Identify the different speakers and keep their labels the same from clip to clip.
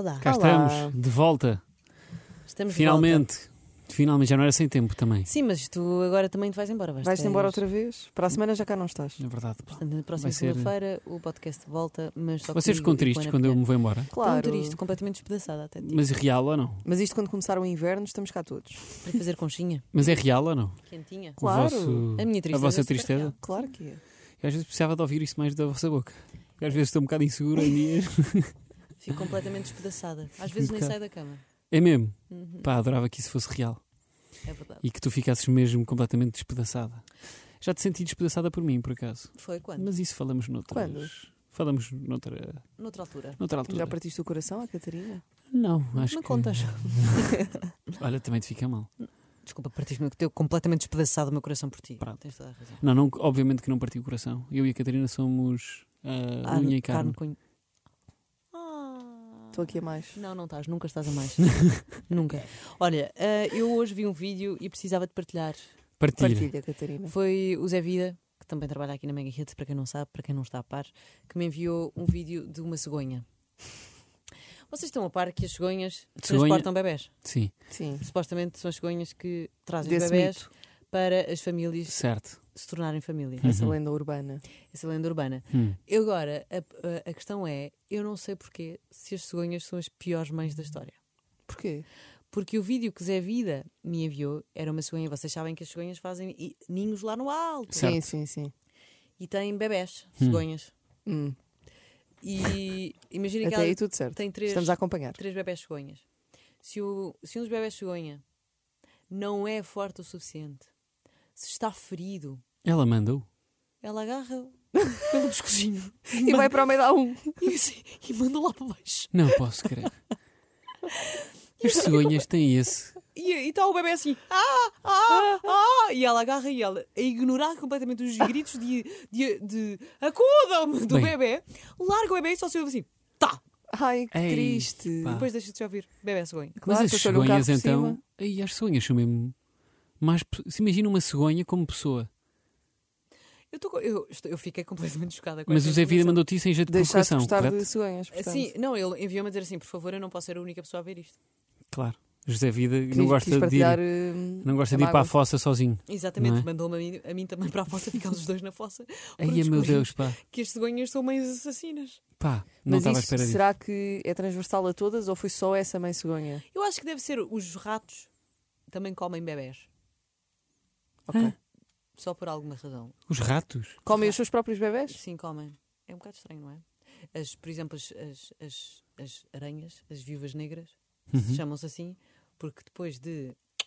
Speaker 1: Olá.
Speaker 2: Cá
Speaker 3: Olá.
Speaker 2: estamos, de volta.
Speaker 1: Estamos
Speaker 2: Finalmente.
Speaker 1: de volta.
Speaker 2: Finalmente, já não era sem tempo também.
Speaker 1: Sim, mas tu agora também te vais embora.
Speaker 3: Vais-te embora outra vez? Para a semana já cá não estás.
Speaker 2: É verdade.
Speaker 1: Portanto, na próxima
Speaker 2: Vai ser-
Speaker 1: segunda-feira o podcast volta, mas só
Speaker 2: Vocês ficam tristes quando eu me vou embora?
Speaker 3: Claro.
Speaker 1: Estou triste, completamente despedaçada até digo.
Speaker 2: Mas é real ou não?
Speaker 3: Mas isto quando começar o inverno estamos cá todos.
Speaker 1: Para fazer conchinha,
Speaker 2: Mas é real ou não?
Speaker 1: quentinha.
Speaker 3: Claro.
Speaker 1: A minha tristeza.
Speaker 2: A vossa
Speaker 1: é super
Speaker 2: tristeza?
Speaker 1: real.
Speaker 3: Claro que é.
Speaker 2: Eu às vezes precisava de ouvir isso mais da vossa boca. Eu às vezes estou um bocado inseguro em dias.
Speaker 1: Fico completamente despedaçada. Às vezes nem
Speaker 2: bocado.
Speaker 1: saio da cama.
Speaker 2: É mesmo?
Speaker 1: Uhum.
Speaker 2: Pá, adorava que isso fosse real.
Speaker 1: É verdade.
Speaker 2: E que tu ficasses mesmo completamente despedaçada. Já te senti despedaçada por mim, por acaso.
Speaker 1: Foi quando?
Speaker 2: Mas isso falamos noutras...
Speaker 3: Quando?
Speaker 2: Falamos noutra
Speaker 1: Noutra altura.
Speaker 2: altura.
Speaker 3: Já partiste o coração à Catarina?
Speaker 2: Não, acho
Speaker 1: Não
Speaker 2: que...
Speaker 1: contas.
Speaker 2: Olha, também te fica mal.
Speaker 1: Desculpa, partiste-me que teu completamente despedaçado o meu coração por ti.
Speaker 2: Pronto.
Speaker 1: Tens toda a razão.
Speaker 2: Não, obviamente que não partiu o coração. Eu e a Catarina somos unha e carne.
Speaker 1: com...
Speaker 3: Estou aqui a mais.
Speaker 1: Não estás, nunca estás a mais. Nunca. Olha, eu hoje vi um vídeo e precisava de partilhar.
Speaker 3: Partilha, Catarina.
Speaker 1: Foi o Zé Vida, que também trabalha aqui na Mega Hits, para quem não sabe, para quem não está a par, que me enviou um vídeo de uma cegonha. Vocês estão a par que as cegonhas transportam bebés?
Speaker 2: Sim,
Speaker 3: Sim.
Speaker 1: Supostamente são as cegonhas que trazem os
Speaker 3: Desse
Speaker 1: bebés
Speaker 3: mito.
Speaker 1: para as famílias
Speaker 2: certo.
Speaker 1: se tornarem família.
Speaker 3: Essa
Speaker 2: Uhum.
Speaker 3: lenda urbana.
Speaker 1: Essa lenda urbana. Eu agora, a questão é, eu não sei porquê se as cegonhas são as piores mães da história.
Speaker 3: Porquê?
Speaker 1: Porque o vídeo que Zé Vida me enviou era uma cegonha. Vocês sabem que as cegonhas fazem ninhos lá no alto.
Speaker 2: Certo.
Speaker 3: Sim.
Speaker 1: E têm bebés, cegonhas.
Speaker 3: Hum.
Speaker 1: E imagina que
Speaker 3: Até
Speaker 1: ela
Speaker 3: aí tudo certo.
Speaker 1: tem três
Speaker 3: Estamos a acompanhar.
Speaker 1: bebés cegonhas. Se um dos bebés cegonha não é forte o suficiente, se está ferido,
Speaker 2: Ela mandou.
Speaker 1: ela agarra pelo pescocinho
Speaker 3: E vai para o meio da um.
Speaker 1: e manda lá para baixo.
Speaker 2: Não posso crer. As cegonhas têm esse.
Speaker 1: E está o bebê assim, e ela agarra e ela, a ignorar completamente os gritos de acudam-me do
Speaker 2: Bem.
Speaker 1: bebê, larga o bebê e só se ouve assim, tá!
Speaker 3: Ai, que
Speaker 2: Ei,
Speaker 3: triste.
Speaker 2: pá.
Speaker 1: Depois deixa-te de ouvir, bebê cegonha.
Speaker 2: Mas
Speaker 3: Claro,
Speaker 2: as
Speaker 3: passou-lhe um carro
Speaker 2: cegonhas
Speaker 3: por
Speaker 2: então.
Speaker 3: cima.
Speaker 2: Aí as cegonhas são mesmo. Se imagina uma cegonha como pessoa.
Speaker 1: Eu fiquei completamente chocada com
Speaker 2: Mas
Speaker 1: esta
Speaker 2: o Zé Vida
Speaker 1: informação.
Speaker 2: mandou-te isso em jeito de
Speaker 3: Deixaste de
Speaker 2: provocação,
Speaker 3: gostar
Speaker 2: correto?
Speaker 3: de cegonhas, portanto.
Speaker 1: Assim, não, ele enviou-me a dizer assim, por favor, eu não posso ser a única pessoa a ver isto.
Speaker 2: Claro. José Vida
Speaker 3: Quis-
Speaker 2: não
Speaker 3: quis
Speaker 2: gosta de ir,
Speaker 3: partilhar,
Speaker 2: não gosta
Speaker 3: a
Speaker 2: de ir para a
Speaker 3: mágoa.
Speaker 2: fossa sozinho.
Speaker 1: Exatamente,
Speaker 2: Não é?
Speaker 1: mandou-me a mim também para a fossa, ficámos os dois na fossa.
Speaker 2: Ai,
Speaker 1: quando
Speaker 2: meu
Speaker 1: descobri
Speaker 2: Deus, pá.
Speaker 1: Que as cegonhas são mães assassinas.
Speaker 2: Pá, não
Speaker 3: Mas
Speaker 2: estava à
Speaker 3: isso,
Speaker 2: espera disso.
Speaker 3: será que é transversal a todas ou foi só essa mãe cegonha?
Speaker 1: Eu acho que deve ser os ratos também comem bebés.
Speaker 3: Ok.
Speaker 2: Hã?
Speaker 1: Só por alguma razão.
Speaker 2: Os ratos?
Speaker 3: Comem os seus próprios bebés?
Speaker 1: Sim, comem. É um bocado estranho, não é? Por exemplo, as aranhas, as viúvas negras,
Speaker 2: Uhum.
Speaker 1: chamam-se assim porque depois de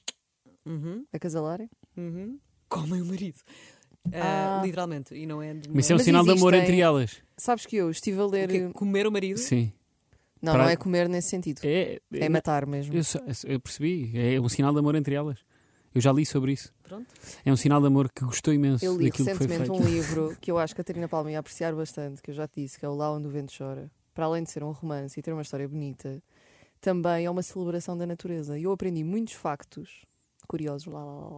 Speaker 3: Acasalarem?
Speaker 1: comem o marido. Literalmente. E não é de uma...
Speaker 2: Mas isso é um
Speaker 3: Mas
Speaker 2: sinal de amor
Speaker 3: existem-
Speaker 2: entre elas.
Speaker 3: Sabes que eu estive a ler.
Speaker 1: O quê? Comer o marido?
Speaker 2: Sim.
Speaker 3: Não,
Speaker 2: Para-
Speaker 3: não é comer nesse sentido. É matar mesmo.
Speaker 2: Eu percebi. É um sinal de amor entre elas. Eu já li sobre isso.
Speaker 1: Pronto.
Speaker 2: É um sinal de amor que gostou imenso
Speaker 3: Eu li
Speaker 2: daquilo que foi
Speaker 3: recentemente
Speaker 2: feito.
Speaker 3: um livro que eu acho que a Catarina Palma ia apreciar bastante, que eu já te disse, que é o Lá Onde o Vento Chora. Para além de ser um romance e ter uma história bonita, também é uma celebração da natureza. E eu aprendi muitos factos curiosos.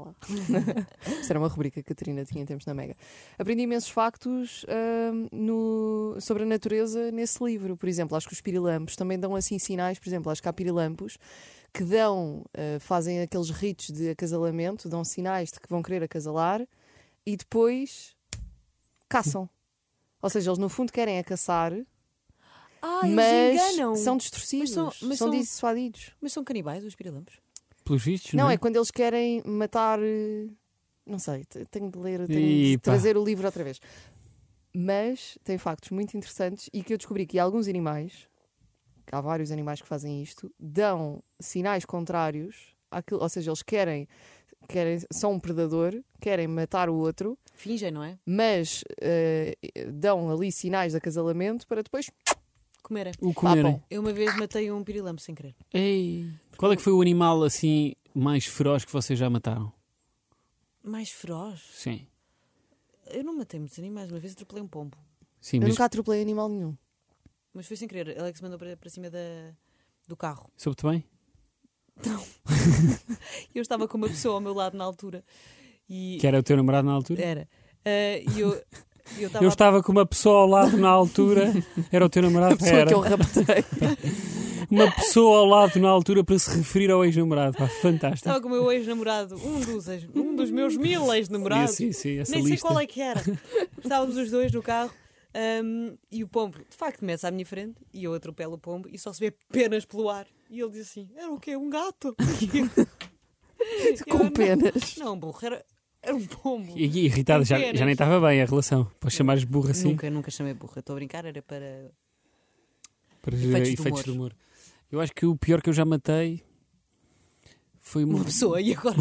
Speaker 3: Isto era uma rubrica que a Catarina tinha em tempos na Mega. Aprendi imensos factos sobre a natureza nesse livro. Por exemplo, acho que os pirilampos também dão assim sinais. Por exemplo, acho que há pirilampos que fazem aqueles ritos de acasalamento, dão sinais de que vão querer acasalar e depois caçam. Ou seja, eles no fundo querem caçar,
Speaker 1: Eles
Speaker 3: mas
Speaker 1: enganam.
Speaker 3: são distorcidos,
Speaker 1: Mas
Speaker 3: são
Speaker 1: são-
Speaker 3: dissuadidos.
Speaker 1: Mas são canibais os pirilampos?
Speaker 2: Pelos vistos,
Speaker 3: Não,
Speaker 2: não
Speaker 3: é quando eles querem matar. Não sei, tenho de ler, tenho
Speaker 2: Ih,
Speaker 3: de
Speaker 2: pá.
Speaker 3: trazer o livro outra vez. Mas tem factos muito interessantes e que eu descobri que alguns animais, que há vários animais que fazem isto, dão sinais contrários àquilo, ou seja, eles querem, são um predador, querem matar o outro,
Speaker 1: Fingem, não é?
Speaker 3: mas dão ali sinais de acasalamento para depois
Speaker 1: Comerem.
Speaker 2: O comerem.
Speaker 3: papam.
Speaker 1: Eu uma vez matei um pirilampo sem querer.
Speaker 2: Ei. Qual é que foi o animal assim mais feroz que vocês já mataram?
Speaker 1: Mais feroz?
Speaker 2: Sim.
Speaker 1: Eu não matei muitos animais. Uma vez atropelei um pombo.
Speaker 2: Sim,
Speaker 3: Eu
Speaker 2: mas
Speaker 3: nunca atropelei animal nenhum.
Speaker 1: Mas foi sem querer. Ela é que se mandou para cima do carro.
Speaker 2: soube-te bem?
Speaker 1: Eu estava com uma pessoa ao meu lado na altura. E
Speaker 2: Que era o teu namorado na altura?
Speaker 1: era. E eu
Speaker 2: Eu estava com uma pessoa ao lado na altura. Era o teu namorado?
Speaker 3: A pessoa
Speaker 2: Era.
Speaker 3: que eu raptei.
Speaker 2: uma pessoa ao lado na altura para se referir ao ex-namorado. Pá, fantástico.
Speaker 1: Estava com o meu ex-namorado, um dos meus 1000 ex-namorados.
Speaker 2: Sim, essa
Speaker 1: Nem sei
Speaker 2: lista.
Speaker 1: qual é que era. Estávamos os dois no carro e o pombo, de facto, mete-se à minha frente e eu atropelo o pombo e só se vê penas pelo ar. E ele diz assim: era o quê? Um gato?
Speaker 3: Com penas.
Speaker 1: Não, burro, era um pombo.
Speaker 2: E aqui, irritado, já nem estava bem a relação. Para chamares burro assim.
Speaker 1: Nunca chamei burra. Estou a brincar, era para
Speaker 2: Para efeitos de humor. Eu acho que o pior que eu já matei foi
Speaker 1: uma pessoa. E agora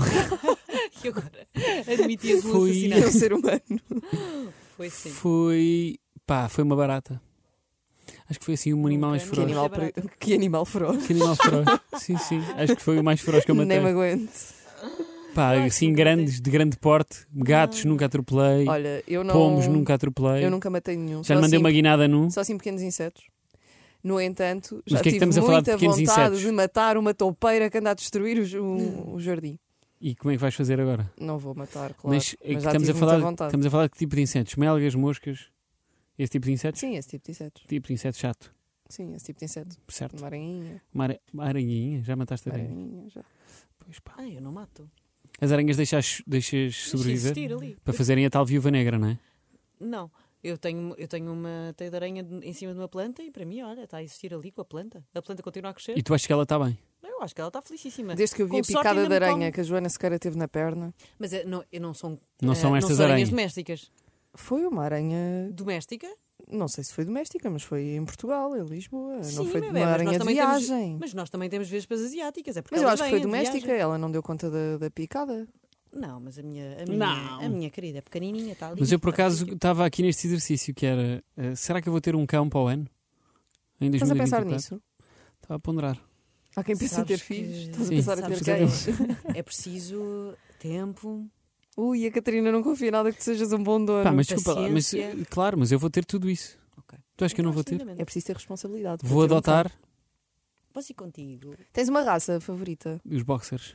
Speaker 1: admitias um assassinato.
Speaker 3: É um ser humano.
Speaker 1: Foi sim.
Speaker 2: Foi uma barata. Acho que foi assim um animal mais feroz.
Speaker 3: Que animal feroz.
Speaker 2: Que animal feroz. Sim. Acho que foi o mais feroz que eu matei.
Speaker 3: Nem me aguento.
Speaker 2: Assim grandes, de grande porte. Gatos nunca atropelei.
Speaker 3: Olha, eu não...
Speaker 2: Pombos nunca atropelei.
Speaker 3: Eu nunca matei nenhum.
Speaker 2: Já lhe mandei uma guinada num.
Speaker 3: Só assim pequenos insetos. No entanto,
Speaker 2: Mas
Speaker 3: já
Speaker 2: que é que
Speaker 3: tive
Speaker 2: estamos a falar de
Speaker 3: muita
Speaker 2: pequenos
Speaker 3: vontade
Speaker 2: insetos?
Speaker 3: de matar uma toupeira que anda a destruir o jardim.
Speaker 2: E como é que vais fazer agora?
Speaker 3: Não vou matar, claro.
Speaker 2: Mas
Speaker 3: já
Speaker 2: estamos,
Speaker 3: tive
Speaker 2: a falar,
Speaker 3: muita vontade.
Speaker 2: estamos a falar de que tipo de insetos? Melgas, moscas? Esse tipo de insetos?
Speaker 3: Sim, esse tipo de insetos.
Speaker 2: Tipo de inseto chato.
Speaker 3: Sim, esse tipo de inseto.
Speaker 2: Certo.
Speaker 3: Uma aranhinha.
Speaker 2: Uma aranhinha? Já mataste a
Speaker 3: Uma
Speaker 2: aranha?
Speaker 3: aranhinha, já.
Speaker 2: Pois pá.
Speaker 1: Eu não mato.
Speaker 2: As aranhas deixas sobreviver?
Speaker 1: Existir ali.
Speaker 2: Para fazerem a tal viúva negra, não é?
Speaker 1: Não. Eu tenho uma teia de aranha em cima de uma planta e para mim, olha, está a existir ali com a planta. A planta continua a crescer.
Speaker 2: E tu achas que ela está bem?
Speaker 1: Eu acho que ela está felicíssima.
Speaker 3: Desde que eu vi
Speaker 1: Com
Speaker 3: a
Speaker 1: sorte
Speaker 3: picada
Speaker 1: ainda
Speaker 3: de
Speaker 1: me
Speaker 3: aranha
Speaker 1: come.
Speaker 3: que a Joana Sequeira teve na perna.
Speaker 1: Mas eu não são,
Speaker 2: Não são
Speaker 1: não
Speaker 2: estas
Speaker 1: são
Speaker 2: aranhas.
Speaker 1: domésticas.
Speaker 3: Foi uma aranha...
Speaker 1: Doméstica?
Speaker 3: Não sei se foi doméstica, mas foi em Portugal, em Lisboa.
Speaker 1: Sim,
Speaker 3: não foi
Speaker 1: bebê,
Speaker 3: uma
Speaker 1: mas
Speaker 3: aranha
Speaker 1: nós
Speaker 3: de
Speaker 1: também
Speaker 3: viagem.
Speaker 1: Mas nós também temos vespas asiáticas. É porque
Speaker 3: Mas eu
Speaker 1: elas
Speaker 3: acho que foi
Speaker 1: vêm de
Speaker 3: doméstica.
Speaker 1: viagem.
Speaker 3: Ela não deu conta da picada.
Speaker 1: Não, mas a
Speaker 2: Não.
Speaker 1: minha querida é pequenininha, está ali.
Speaker 2: Mas eu por
Speaker 1: está
Speaker 2: acaso
Speaker 1: ali.
Speaker 2: estava aqui neste exercício que era será que eu vou ter um cão para o ano? Em
Speaker 3: Estás a pensar
Speaker 2: 2024?
Speaker 3: nisso?
Speaker 2: Estava a ponderar.
Speaker 3: Há quem pense em ter
Speaker 1: Sabes que-
Speaker 3: filhos. Estás a
Speaker 2: Sim,
Speaker 3: pensar em
Speaker 1: sabes
Speaker 3: ter
Speaker 1: que-
Speaker 3: cães.
Speaker 1: É preciso tempo.
Speaker 3: Ui, a Catarina não confia nada que tu sejas um bom dono.
Speaker 2: Pá, mas desculpa lá, mas,
Speaker 1: paciência.
Speaker 2: claro, mas eu vou ter tudo isso.
Speaker 1: Ok.
Speaker 2: Tu achas que eu não vou ter?
Speaker 3: É preciso ter responsabilidade. para
Speaker 2: Vou
Speaker 3: ter um
Speaker 2: adotar
Speaker 1: Posso ir contigo?
Speaker 3: cão. Tens uma raça favorita?
Speaker 2: os boxers.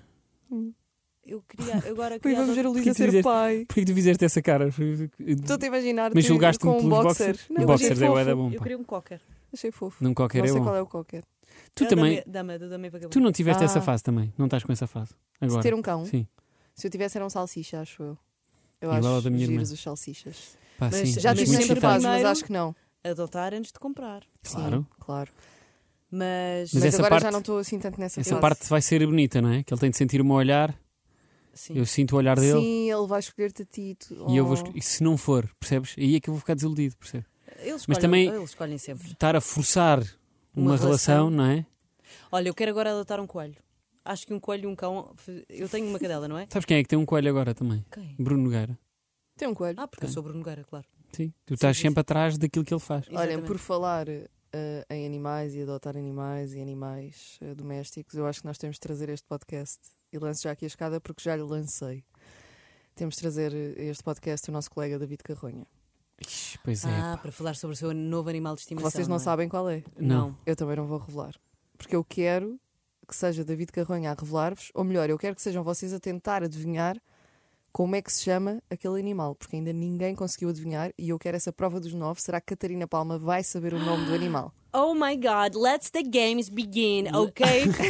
Speaker 1: Eu agora
Speaker 3: Ui,
Speaker 1: queria
Speaker 3: vamos ver o
Speaker 2: Porquê
Speaker 3: Luís a
Speaker 2: que
Speaker 3: ser
Speaker 2: fizeste-
Speaker 3: pai.
Speaker 2: Porquê que tu fizeste essa cara?
Speaker 3: Estou-te a imaginar
Speaker 2: Mas julgaste-me
Speaker 3: com um
Speaker 2: pelos
Speaker 3: boxer.
Speaker 2: boxers?
Speaker 3: Não,
Speaker 2: Os
Speaker 3: achei
Speaker 2: boxers é
Speaker 3: fofo.
Speaker 2: bué da bom,
Speaker 1: Eu
Speaker 2: pá.
Speaker 1: queria um cocker.
Speaker 3: Achei fofo.
Speaker 2: Num qualquer
Speaker 3: Não
Speaker 2: é
Speaker 3: sei
Speaker 2: bom.
Speaker 3: qual é o qualquer.
Speaker 2: Tu também,
Speaker 1: Dama para
Speaker 2: tu não tiveste essa
Speaker 3: Ah.
Speaker 2: fase também. Não estás com essa fase. Agora.
Speaker 3: Se ter um cão,
Speaker 2: Sim.
Speaker 3: se eu tivesse era um salsicha, acho eu. Eu
Speaker 2: Igual ao
Speaker 3: acho
Speaker 2: da minha
Speaker 3: giros
Speaker 2: irmã.
Speaker 3: os salsichas.
Speaker 2: Pá,
Speaker 1: Mas
Speaker 2: sim.
Speaker 3: Já
Speaker 1: Mas
Speaker 3: tive
Speaker 2: muito
Speaker 3: sempre
Speaker 1: excitante.
Speaker 3: fases, mas
Speaker 1: Primeiro-
Speaker 3: acho que não.
Speaker 1: Adotar antes de comprar.
Speaker 2: Claro.
Speaker 3: Sim, claro.
Speaker 1: Mas
Speaker 2: Mas
Speaker 3: Mas
Speaker 2: essa
Speaker 3: agora
Speaker 2: parte-
Speaker 3: já não estou assim tanto nessa
Speaker 2: Essa
Speaker 3: fase.
Speaker 2: parte vai ser bonita, não é? Que ele tem de sentir o meu olhar.
Speaker 1: sim.
Speaker 2: Eu sinto o olhar dele.
Speaker 3: Sim, ele vai escolher-te a ti.
Speaker 2: E eu vou e se não for, percebes? Aí é que eu vou ficar desiludido, percebes?
Speaker 1: Eles
Speaker 2: Mas
Speaker 1: escolhem,
Speaker 2: também-
Speaker 1: eles escolhem sempre.
Speaker 2: Estar a forçar uma
Speaker 1: Uma
Speaker 2: relação,
Speaker 1: relação.
Speaker 2: não é?
Speaker 1: Olha, eu quero agora adotar um coelho. Acho que um coelho e um cão. Eu tenho uma cadela, não é?
Speaker 2: Sabes quem é que tem um coelho agora também?
Speaker 1: Quem?
Speaker 2: Bruno Nogueira.
Speaker 3: Tem um coelho.
Speaker 1: Ah, porque eu sou Bruno Nogueira, claro.
Speaker 2: Sim. Tu estás
Speaker 1: sim,
Speaker 2: sempre
Speaker 1: sim.
Speaker 2: atrás daquilo que ele faz.
Speaker 3: Olhem,
Speaker 1: Exatamente.
Speaker 3: por falar em animais e adotar animais e animais domésticos, eu acho que nós temos de trazer este podcast. E lanço já aqui a escada porque já lhe lancei. Temos de trazer a este podcast o nosso colega David Carronha.
Speaker 2: Ixi, pois é.
Speaker 1: Ah,
Speaker 2: pá.
Speaker 1: para falar sobre o seu novo animal de
Speaker 3: Que
Speaker 1: estimação.
Speaker 3: vocês não
Speaker 1: é?
Speaker 3: sabem qual é.
Speaker 2: Não.
Speaker 3: Eu também não vou revelar. Porque eu quero que seja David Carronha a revelar-vos, ou melhor, eu quero que sejam vocês a tentar adivinhar como é que se chama aquele animal, porque ainda ninguém conseguiu adivinhar e eu quero essa prova dos 9. Será que Catarina Palma vai saber o nome do animal?
Speaker 1: Oh my God, let's the games begin, ok?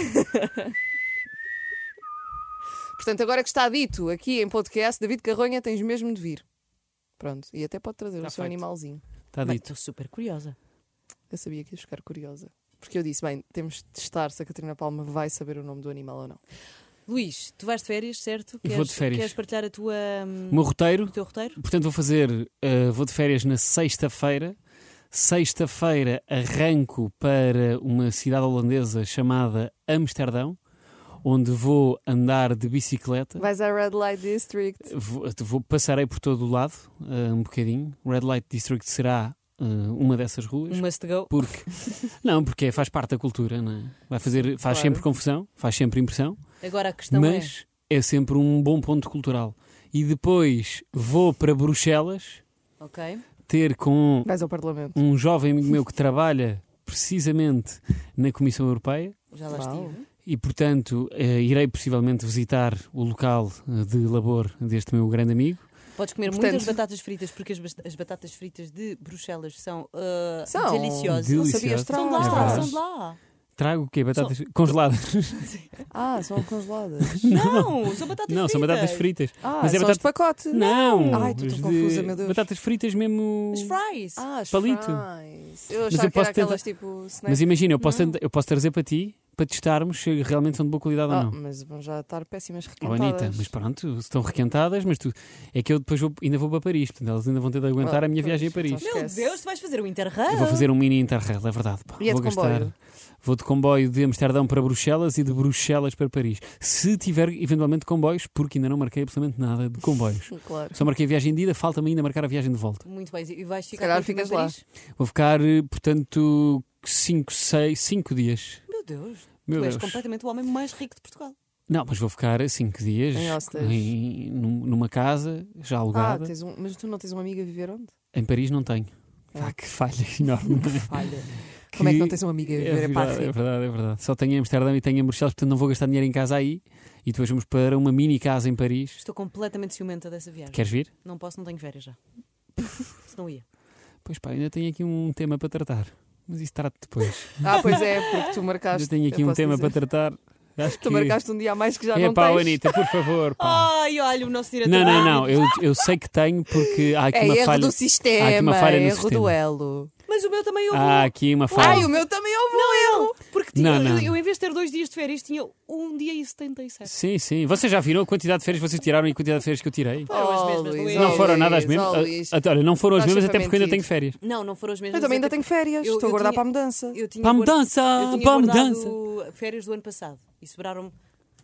Speaker 3: Portanto, agora que está dito aqui em podcast, David Carronha, tens mesmo de vir. Pronto, e até pode trazer
Speaker 2: Está
Speaker 3: o seu
Speaker 2: feito.
Speaker 3: animalzinho.
Speaker 2: Está
Speaker 1: Mas
Speaker 2: dito.
Speaker 1: estou super curiosa.
Speaker 3: Eu sabia que ias ficar curiosa. Porque eu disse, bem, temos de testar se a Catarina Palma vai saber o nome do animal ou não.
Speaker 1: Luís, tu vais de férias, certo?
Speaker 2: Eu vou de férias.
Speaker 1: Queres partilhar
Speaker 2: O meu roteiro,
Speaker 1: o teu roteiro?
Speaker 2: portanto, vou de férias na sexta-feira. Sexta-feira arranco para uma cidade holandesa chamada Amsterdão, onde vou andar de bicicleta.
Speaker 3: Vais à Red Light District.
Speaker 2: Passarei por todo o lado, um bocadinho. Red Light District será uma dessas ruas.
Speaker 1: Um must go.
Speaker 2: Porque faz parte da cultura, não é? Faz
Speaker 3: Claro.
Speaker 2: sempre confusão, faz sempre impressão,
Speaker 1: Agora a questão
Speaker 2: mas é sempre um bom ponto cultural. E depois vou para Bruxelas
Speaker 1: é... Ok.
Speaker 2: ter com
Speaker 3: Vais ao Parlamento.
Speaker 2: um jovem amigo meu que trabalha precisamente na Comissão Europeia
Speaker 1: Já lá
Speaker 3: Uau.
Speaker 1: estive.
Speaker 2: e, portanto, irei possivelmente visitar o local de labor deste meu grande amigo.
Speaker 1: Podes comer
Speaker 3: Portanto-
Speaker 1: muitas batatas fritas, porque as batatas fritas de Bruxelas são
Speaker 3: São.
Speaker 1: deliciosas.
Speaker 3: Não
Speaker 2: Deliciosas.
Speaker 3: sabias
Speaker 1: São de
Speaker 3: É
Speaker 1: lá,
Speaker 2: verdade.
Speaker 1: são de lá.
Speaker 2: Trago o quê? Batatas congeladas?
Speaker 3: São congeladas.
Speaker 1: Não, são batatas
Speaker 2: Não,
Speaker 1: fritas.
Speaker 2: são batatas fritas.
Speaker 3: Mas é batata de pacote.
Speaker 2: Não!
Speaker 3: Ai, estou confusa, meu Deus.
Speaker 2: Batatas fritas mesmo.
Speaker 1: As fries.
Speaker 3: As
Speaker 2: palito.
Speaker 3: fries. Eu
Speaker 2: Mas
Speaker 3: achava
Speaker 2: eu
Speaker 3: que era
Speaker 2: posso tentar-
Speaker 3: aquelas tipo snack.
Speaker 2: Mas imagina, eu posso trazer para ti, para testarmos se realmente são de boa qualidade ou não.
Speaker 3: Mas vão já estar péssimas
Speaker 2: Oh,
Speaker 3: requentadas.
Speaker 2: Anitta, mas pronto, estão requentadas, mas é que eu depois ainda vou para Paris, portanto elas ainda vão ter de aguentar a minha viagem a Paris.
Speaker 3: então
Speaker 1: Meu
Speaker 3: esquece.
Speaker 1: Deus, tu vais fazer o Interrail.
Speaker 2: Eu vou fazer um mini Interrail, é verdade. Pá.
Speaker 3: E é
Speaker 2: Vou
Speaker 3: de comboio?
Speaker 2: Vou de comboio de Amsterdão para Bruxelas e de Bruxelas para Paris. Se tiver eventualmente comboios, porque ainda não marquei absolutamente nada de comboios.
Speaker 3: Claro.
Speaker 2: Só marquei a viagem de ida, falta-me ainda marcar a viagem de volta.
Speaker 1: Muito bem. E vais ficar
Speaker 3: calhar
Speaker 1: quanto tempo em
Speaker 3: ficas lá.
Speaker 1: Paris?
Speaker 2: Vou ficar, portanto, 5 dias.
Speaker 1: Meu Deus.
Speaker 2: Meu
Speaker 1: Tu és
Speaker 2: Deus.
Speaker 1: completamente o homem mais rico de Portugal.
Speaker 2: Não, mas vou ficar 5 dias
Speaker 3: Em hostels.
Speaker 2: numa casa já alugada.
Speaker 3: Mas tu não tens uma amiga a viver onde?
Speaker 2: Em Paris não tenho.
Speaker 3: É.
Speaker 2: Que falha enorme.
Speaker 3: Falha. Como é que não tens uma amiga a viver?
Speaker 2: É verdade, é verdade, é verdade. Só tenho em Amsterdão e tenho em Bruxelas, portanto não vou gastar dinheiro em casa aí. E depois vamos para uma mini casa em Paris.
Speaker 1: Estou completamente ciumenta dessa viagem.
Speaker 2: Queres vir?
Speaker 1: Não posso, não tenho férias já. Se não ia.
Speaker 2: Pois pá, ainda tenho aqui um tema para tratar. Mas isso trato depois.
Speaker 3: Pois é, porque tu marcaste.
Speaker 2: Ainda tenho aqui
Speaker 3: eu
Speaker 2: um
Speaker 3: posso
Speaker 2: tema
Speaker 3: dizer.
Speaker 2: para tratar. Acho
Speaker 3: Tu marcaste um dia a mais que já
Speaker 2: É
Speaker 3: não
Speaker 2: pá,
Speaker 3: tens.
Speaker 2: Anitta, por favor. Pá.
Speaker 1: Ai, olha, o nosso diretor.
Speaker 2: Não. Eu sei que tenho porque há aqui
Speaker 3: É
Speaker 2: uma
Speaker 3: erro
Speaker 2: falha.
Speaker 3: do
Speaker 2: há aqui
Speaker 3: sistema,
Speaker 2: uma falha no
Speaker 3: erro
Speaker 2: sistema.
Speaker 3: do elo.
Speaker 1: Mas o meu também houve.
Speaker 2: Há aqui uma falha.
Speaker 3: Ai, o meu também houve um erro.
Speaker 1: Porque tinha,
Speaker 2: Não.
Speaker 1: Eu, em vez de ter 2 dias de férias, tinha 1 dia e 77.
Speaker 2: Sim. Vocês já viram a quantidade de férias que vocês tiraram e a quantidade de férias que eu tirei?
Speaker 1: Foram as mesmas,
Speaker 3: Luís,
Speaker 1: Luís.
Speaker 2: Não foram nada as
Speaker 3: Luís,
Speaker 2: mesmas.
Speaker 3: Luís.
Speaker 2: Olha, não foram as
Speaker 3: Estás
Speaker 2: mesmas,
Speaker 3: sempre
Speaker 2: até
Speaker 3: a
Speaker 2: porque eu ainda
Speaker 3: mentir.
Speaker 2: tenho férias.
Speaker 1: Não foram as mesmas.
Speaker 3: Eu também ainda
Speaker 1: até
Speaker 3: tenho férias.
Speaker 1: Eu-
Speaker 3: Estou a
Speaker 1: eu
Speaker 3: guardar
Speaker 1: tinha-
Speaker 3: para a mudança.
Speaker 1: Eu tinha
Speaker 2: Para a
Speaker 1: guarda-
Speaker 2: mudança!
Speaker 1: Eu tinha
Speaker 2: Para a
Speaker 1: guardado
Speaker 2: mudança!
Speaker 1: férias do ano passado. E sobraram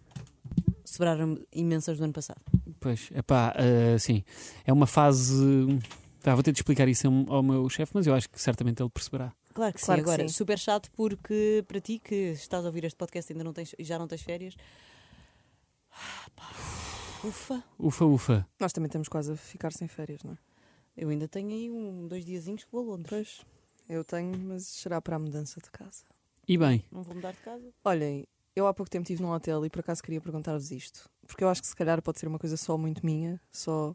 Speaker 1: imensas do ano passado.
Speaker 2: Pois, sim. É uma fase. Vou ter de explicar isso ao meu chefe, mas eu acho que certamente ele perceberá.
Speaker 1: Claro que
Speaker 3: Claro
Speaker 1: sim.
Speaker 3: que
Speaker 1: Agora,
Speaker 3: sim.
Speaker 1: super chato porque para ti que estás a ouvir este podcast e ainda não tens, e já não tens férias. Ufa.
Speaker 2: Ufa.
Speaker 3: Nós também estamos quase a ficar sem férias, não é?
Speaker 1: Eu ainda tenho aí 2 diazinhos que vou a Londres.
Speaker 3: Pois, eu tenho, mas será para a mudança de casa.
Speaker 2: E bem,
Speaker 1: Não vou mudar de casa.
Speaker 3: Olhem, eu há pouco tempo estive num hotel e por acaso queria perguntar-vos isto. Porque eu acho que se calhar pode ser uma coisa só muito minha, só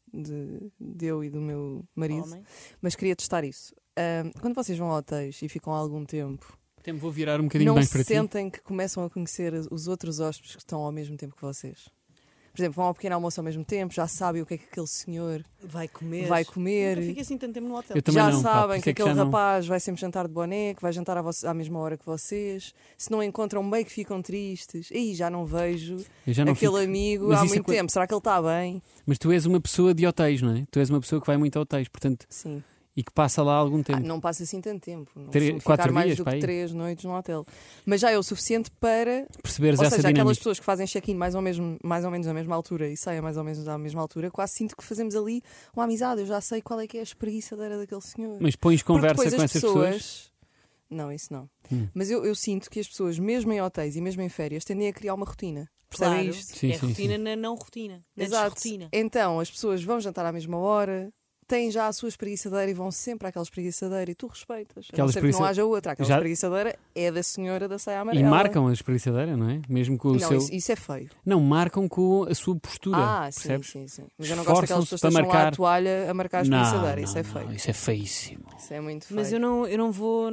Speaker 3: de eu e do meu marido.
Speaker 1: Homem.
Speaker 3: Mas queria testar isso. Quando vocês vão a hotéis e ficam há algum tempo,
Speaker 2: até me vou virar um bocadinho
Speaker 3: não
Speaker 2: mais para ti.
Speaker 3: sentem que começam a conhecer os outros hóspedes que estão ao mesmo tempo que vocês? Por exemplo, vão ao pequeno almoço ao mesmo tempo, já sabem o que é que aquele senhor
Speaker 1: Vai comer.
Speaker 3: vai comer.
Speaker 1: Nunca fiquei assim tanto tempo no hotel.
Speaker 2: Eu também
Speaker 3: Já
Speaker 2: não, pá,
Speaker 3: sabem
Speaker 2: por
Speaker 3: que
Speaker 2: isso é
Speaker 3: aquele
Speaker 2: já não-
Speaker 3: rapaz vai sempre jantar de boné, que vai jantar à mesma hora que vocês. Se não encontram meio que ficam tristes. Aí já não vejo
Speaker 2: Eu já não
Speaker 3: aquele
Speaker 2: fico-
Speaker 3: amigo
Speaker 2: Mas
Speaker 3: há
Speaker 2: isso é
Speaker 3: muito tempo. Será que ele está bem?
Speaker 2: Mas tu és uma pessoa de hotéis, não é? Tu és uma pessoa que vai muito a hotéis, portanto,
Speaker 3: Sim.
Speaker 2: e que passa lá algum tempo.
Speaker 3: Não passa assim tanto tempo. Não
Speaker 2: 4
Speaker 3: costumo ficar mais
Speaker 2: dias,
Speaker 3: do
Speaker 2: pá,
Speaker 3: que
Speaker 2: aí.
Speaker 3: 3 noites no hotel. Mas já é o suficiente para...
Speaker 2: Perceberes
Speaker 3: Ou
Speaker 2: essa
Speaker 3: seja, aquelas
Speaker 2: dinâmica.
Speaker 3: pessoas que fazem check-in mais ou menos na mesma altura e saem mais ou menos à mesma altura, quase sinto que fazemos ali uma amizade. Eu já sei qual é que é a espreguiçadeira daquele senhor.
Speaker 2: Mas pões
Speaker 3: Porque
Speaker 2: conversa
Speaker 3: depois
Speaker 2: com
Speaker 3: as
Speaker 2: essas pessoas.
Speaker 3: Não, isso não.
Speaker 2: Hum.
Speaker 3: Mas eu sinto que as pessoas, mesmo em hotéis e mesmo em férias, tendem a criar uma rotina. Percebem
Speaker 1: Claro.
Speaker 3: isto?
Speaker 2: Sim,
Speaker 1: É
Speaker 2: sim,
Speaker 1: rotina na não rotina. Na
Speaker 3: Exato.
Speaker 1: desrotina.
Speaker 3: Então, as pessoas vão jantar à mesma hora, têm já a sua espreguiçadeira e vão sempre àquela espreguiçadeira e tu respeitas. A
Speaker 2: Aquela
Speaker 3: não ser que não
Speaker 2: espreguiça-
Speaker 3: haja outra. Aquela
Speaker 2: Já-
Speaker 3: espreguiçadeira é da senhora da saia
Speaker 2: E
Speaker 3: amarela.
Speaker 2: marcam a espreguiçadeira, não é? Mesmo com o
Speaker 3: Não,
Speaker 2: seu.
Speaker 3: isso é feio.
Speaker 2: Não, marcam com a sua postura.
Speaker 3: Sim,
Speaker 2: percebes?
Speaker 3: sim. Mas eu não gosto daquelas
Speaker 2: Esforçam-se
Speaker 3: pessoas que
Speaker 2: para
Speaker 3: deixam lá a
Speaker 2: marcar.
Speaker 3: toalha a marcar a espreguiçadeira. Isso é
Speaker 2: não,
Speaker 3: feio.
Speaker 2: isso é feíssimo.
Speaker 3: Isso é muito feio.
Speaker 1: Mas eu não vou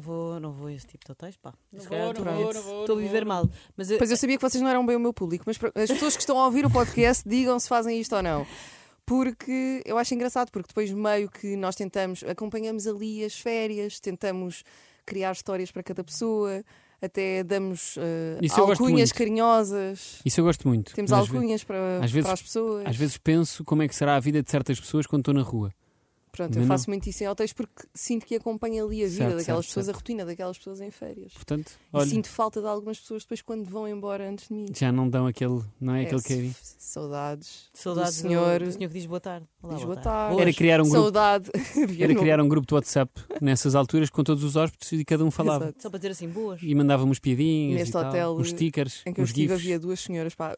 Speaker 1: a esse tipo de hotéis, pá. Se calhar estou a viver mal. Mas
Speaker 3: Pois eu sabia que vocês não eram bem o meu público, mas as pessoas que estão a ouvir o podcast digam se fazem isto ou não. Porque eu acho engraçado, porque depois meio que nós acompanhamos ali as férias, tentamos criar histórias para cada pessoa, até damos
Speaker 2: Isso eu gosto
Speaker 3: alcunhas
Speaker 2: muito.
Speaker 3: carinhosas,
Speaker 2: Isso eu gosto muito.
Speaker 3: temos
Speaker 2: Mas
Speaker 3: alcunhas para
Speaker 2: às vezes-
Speaker 3: as pessoas.
Speaker 2: Às vezes penso como é que será a vida de certas pessoas quando estou na rua.
Speaker 3: Pronto,
Speaker 2: mas
Speaker 3: eu
Speaker 2: não.
Speaker 3: faço muito isso em hotéis porque sinto que acompanho ali a vida
Speaker 2: Certo,
Speaker 3: daquelas
Speaker 2: certo,
Speaker 3: pessoas,
Speaker 2: certo.
Speaker 3: a rotina daquelas pessoas em férias.
Speaker 2: Portanto,
Speaker 3: E
Speaker 2: olha,
Speaker 3: sinto falta de algumas pessoas depois quando vão embora antes de mim.
Speaker 2: já não dão aquele, não é aquele carinho.
Speaker 3: Saudades.
Speaker 1: saudades
Speaker 3: do senhor.
Speaker 1: do senhor que diz boa tarde. Olá,
Speaker 3: Diz boa tarde.
Speaker 1: Boas.
Speaker 2: Era criar um grupo,
Speaker 3: Saudade.
Speaker 2: era criar um grupo de WhatsApp nessas alturas com todos os hóspedes e cada um falava.
Speaker 3: Exato.
Speaker 1: Só para dizer assim, boas.
Speaker 2: E mandávamos piadinhas
Speaker 3: Neste
Speaker 2: e tal,
Speaker 3: hotel
Speaker 2: uns stickers,
Speaker 3: em que eu
Speaker 2: uns
Speaker 3: estive
Speaker 2: gifs.
Speaker 3: havia duas senhoras, pá,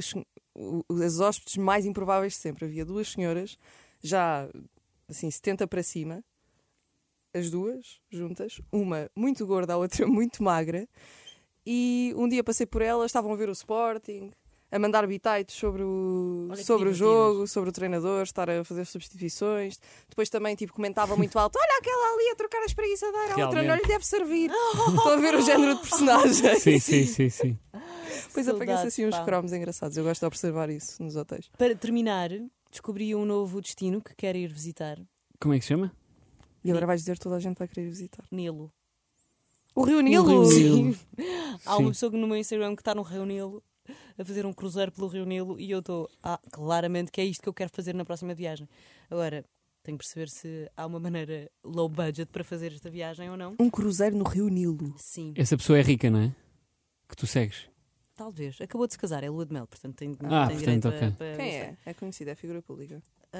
Speaker 3: as hóspedes mais improváveis de sempre. Havia duas senhoras, já assim 70 para cima, as duas juntas, uma muito gorda, a outra muito magra, e um dia passei por elas, estavam a ver o Sporting, a mandar bitites sobre o
Speaker 1: Olha que
Speaker 3: jogo,
Speaker 1: divertidas.
Speaker 3: sobre o treinador, estar a fazer substituições. Depois também tipo, comentava muito alto: olha aquela ali a trocar a espreguiçadeira, a outra não lhe deve servir. Estou a ver o género de personagem.
Speaker 2: Sim.
Speaker 3: Depois apanha-se assim uns
Speaker 1: pá.
Speaker 3: cromos engraçados. Eu gosto de observar isso nos hotéis.
Speaker 1: Para terminar, descobri um novo destino que quero ir visitar.
Speaker 2: Como é que se chama?
Speaker 3: E agora vais dizer que toda a gente vai querer visitar.
Speaker 1: Nilo.
Speaker 3: O Rio Nilo!
Speaker 2: Rio Nilo.
Speaker 1: Há
Speaker 2: Sim.
Speaker 1: uma pessoa no meu Instagram que está no Rio Nilo a fazer um cruzeiro pelo Rio Nilo e eu estou, claramente que é isto que eu quero fazer na próxima viagem. Agora, tenho que perceber se há uma maneira low budget para fazer esta viagem ou não.
Speaker 3: Um cruzeiro no Rio Nilo.
Speaker 1: Sim,
Speaker 2: Essa pessoa é rica, não é? Que tu segues.
Speaker 1: talvez. Acabou de se casar, é lua de mel, portanto tem
Speaker 2: Portanto,
Speaker 1: direito
Speaker 2: ok.
Speaker 1: para
Speaker 3: Quem
Speaker 1: gastar.
Speaker 3: é? É conhecido, é figura pública.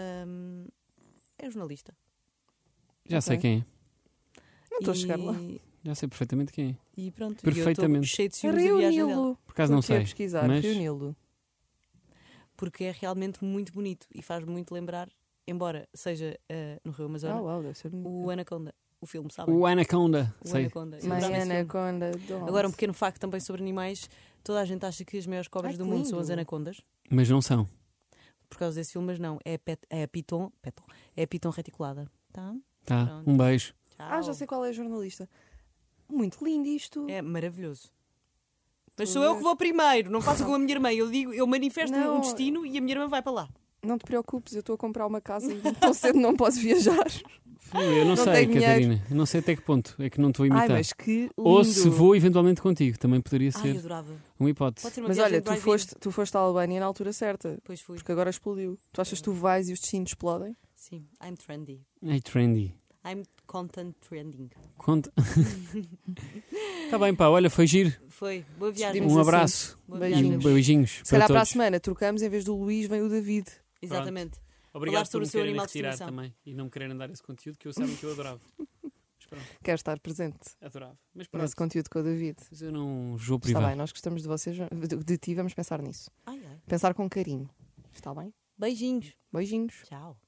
Speaker 1: É jornalista.
Speaker 2: Já sei
Speaker 3: Ok.
Speaker 2: quem é.
Speaker 3: Não estou a chegar lá.
Speaker 2: Já sei perfeitamente quem é.
Speaker 1: E pronto,
Speaker 2: Perfeitamente.
Speaker 1: E eu estou cheio de ciúmes da
Speaker 3: Rio
Speaker 1: viagem dela.
Speaker 3: Nilo.
Speaker 2: Por acaso não
Speaker 3: Estou aqui
Speaker 2: sei.
Speaker 3: a pesquisar.
Speaker 2: Mas
Speaker 3: Rio Nilo.
Speaker 1: Porque é realmente muito bonito e faz-me muito lembrar, embora seja no Rio Amazonas,
Speaker 3: Uau, deve ser bonito.
Speaker 1: o Anaconda, o filme, sabem?
Speaker 2: o Anaconda.
Speaker 1: O
Speaker 2: Sei.
Speaker 1: Anaconda. Eu
Speaker 3: My
Speaker 1: adorava esse filme.
Speaker 3: Anaconda. don't.
Speaker 1: Agora, um pequeno facto também sobre animais. Toda a gente acha que as maiores cobras
Speaker 3: Ai,
Speaker 1: do
Speaker 3: que
Speaker 1: mundo são
Speaker 3: lindo.
Speaker 1: as anacondas.
Speaker 2: Mas não são.
Speaker 1: Por causa desse filme, mas não. É a piton. É a piton reticulada. Tá?
Speaker 2: Tá?
Speaker 1: Pronto.
Speaker 2: Um beijo.
Speaker 1: Tchau.
Speaker 3: Já sei qual é a jornalista. Muito lindo isto.
Speaker 1: É maravilhoso. Mas
Speaker 3: Estou
Speaker 1: sou
Speaker 3: a
Speaker 1: eu
Speaker 3: ver.
Speaker 1: que vou primeiro. Não faço como a minha irmã. Eu manifesto
Speaker 3: Não.
Speaker 1: um destino e a minha irmã vai para lá.
Speaker 3: Não te preocupes, eu estou a comprar uma casa e tão cedo não posso viajar.
Speaker 2: Eu não
Speaker 3: Não
Speaker 2: sei,
Speaker 3: tenho dinheiro.
Speaker 2: Catarina. Eu não sei até que ponto. É que não estou a
Speaker 3: Ai,
Speaker 2: imitar.
Speaker 3: mas que lindo.
Speaker 2: Ou se vou eventualmente contigo. Também poderia
Speaker 1: Ai,
Speaker 2: ser
Speaker 1: adorava.
Speaker 2: uma hipótese.
Speaker 1: Pode ser uma
Speaker 3: Mas
Speaker 1: viagem
Speaker 3: olha,
Speaker 1: de drive-in.
Speaker 3: tu foste à Albânia na altura certa.
Speaker 1: Pois fui.
Speaker 3: Porque agora explodiu. Tu achas que tu vais e os destinos explodem?
Speaker 1: Sim, I'm trendy.
Speaker 2: É trendy.
Speaker 1: I'm content trending.
Speaker 2: Conta. Tá bem, pá. Olha, foi giro.
Speaker 1: Foi. Boa viagem.
Speaker 3: Despedimos
Speaker 2: Um
Speaker 3: assim.
Speaker 2: abraço.
Speaker 1: Boa
Speaker 3: Beijinhos.
Speaker 1: viagem.
Speaker 2: Beijinhos.
Speaker 3: Se calhar para a
Speaker 2: todos.
Speaker 3: semana trocamos, em vez do Luís vem o David.
Speaker 1: Exatamente.
Speaker 2: Obrigado
Speaker 1: sobre
Speaker 2: por
Speaker 1: o seu
Speaker 2: me quererem
Speaker 1: animal de
Speaker 2: retirar
Speaker 1: estimação.
Speaker 2: também e não me quererem dar esse conteúdo que eu sabia que eu adorava. Mas pronto,
Speaker 3: Quer estar presente
Speaker 2: adorava. Mas pronto,
Speaker 3: nesse conteúdo com o David.
Speaker 2: mas eu não vou
Speaker 3: Está
Speaker 2: privar.
Speaker 3: bem, nós gostamos de vocês, de ti, vamos pensar nisso.
Speaker 1: Ai, ai.
Speaker 3: Pensar com carinho. Está bem?
Speaker 1: Beijinhos.
Speaker 3: Beijinhos.
Speaker 1: Tchau.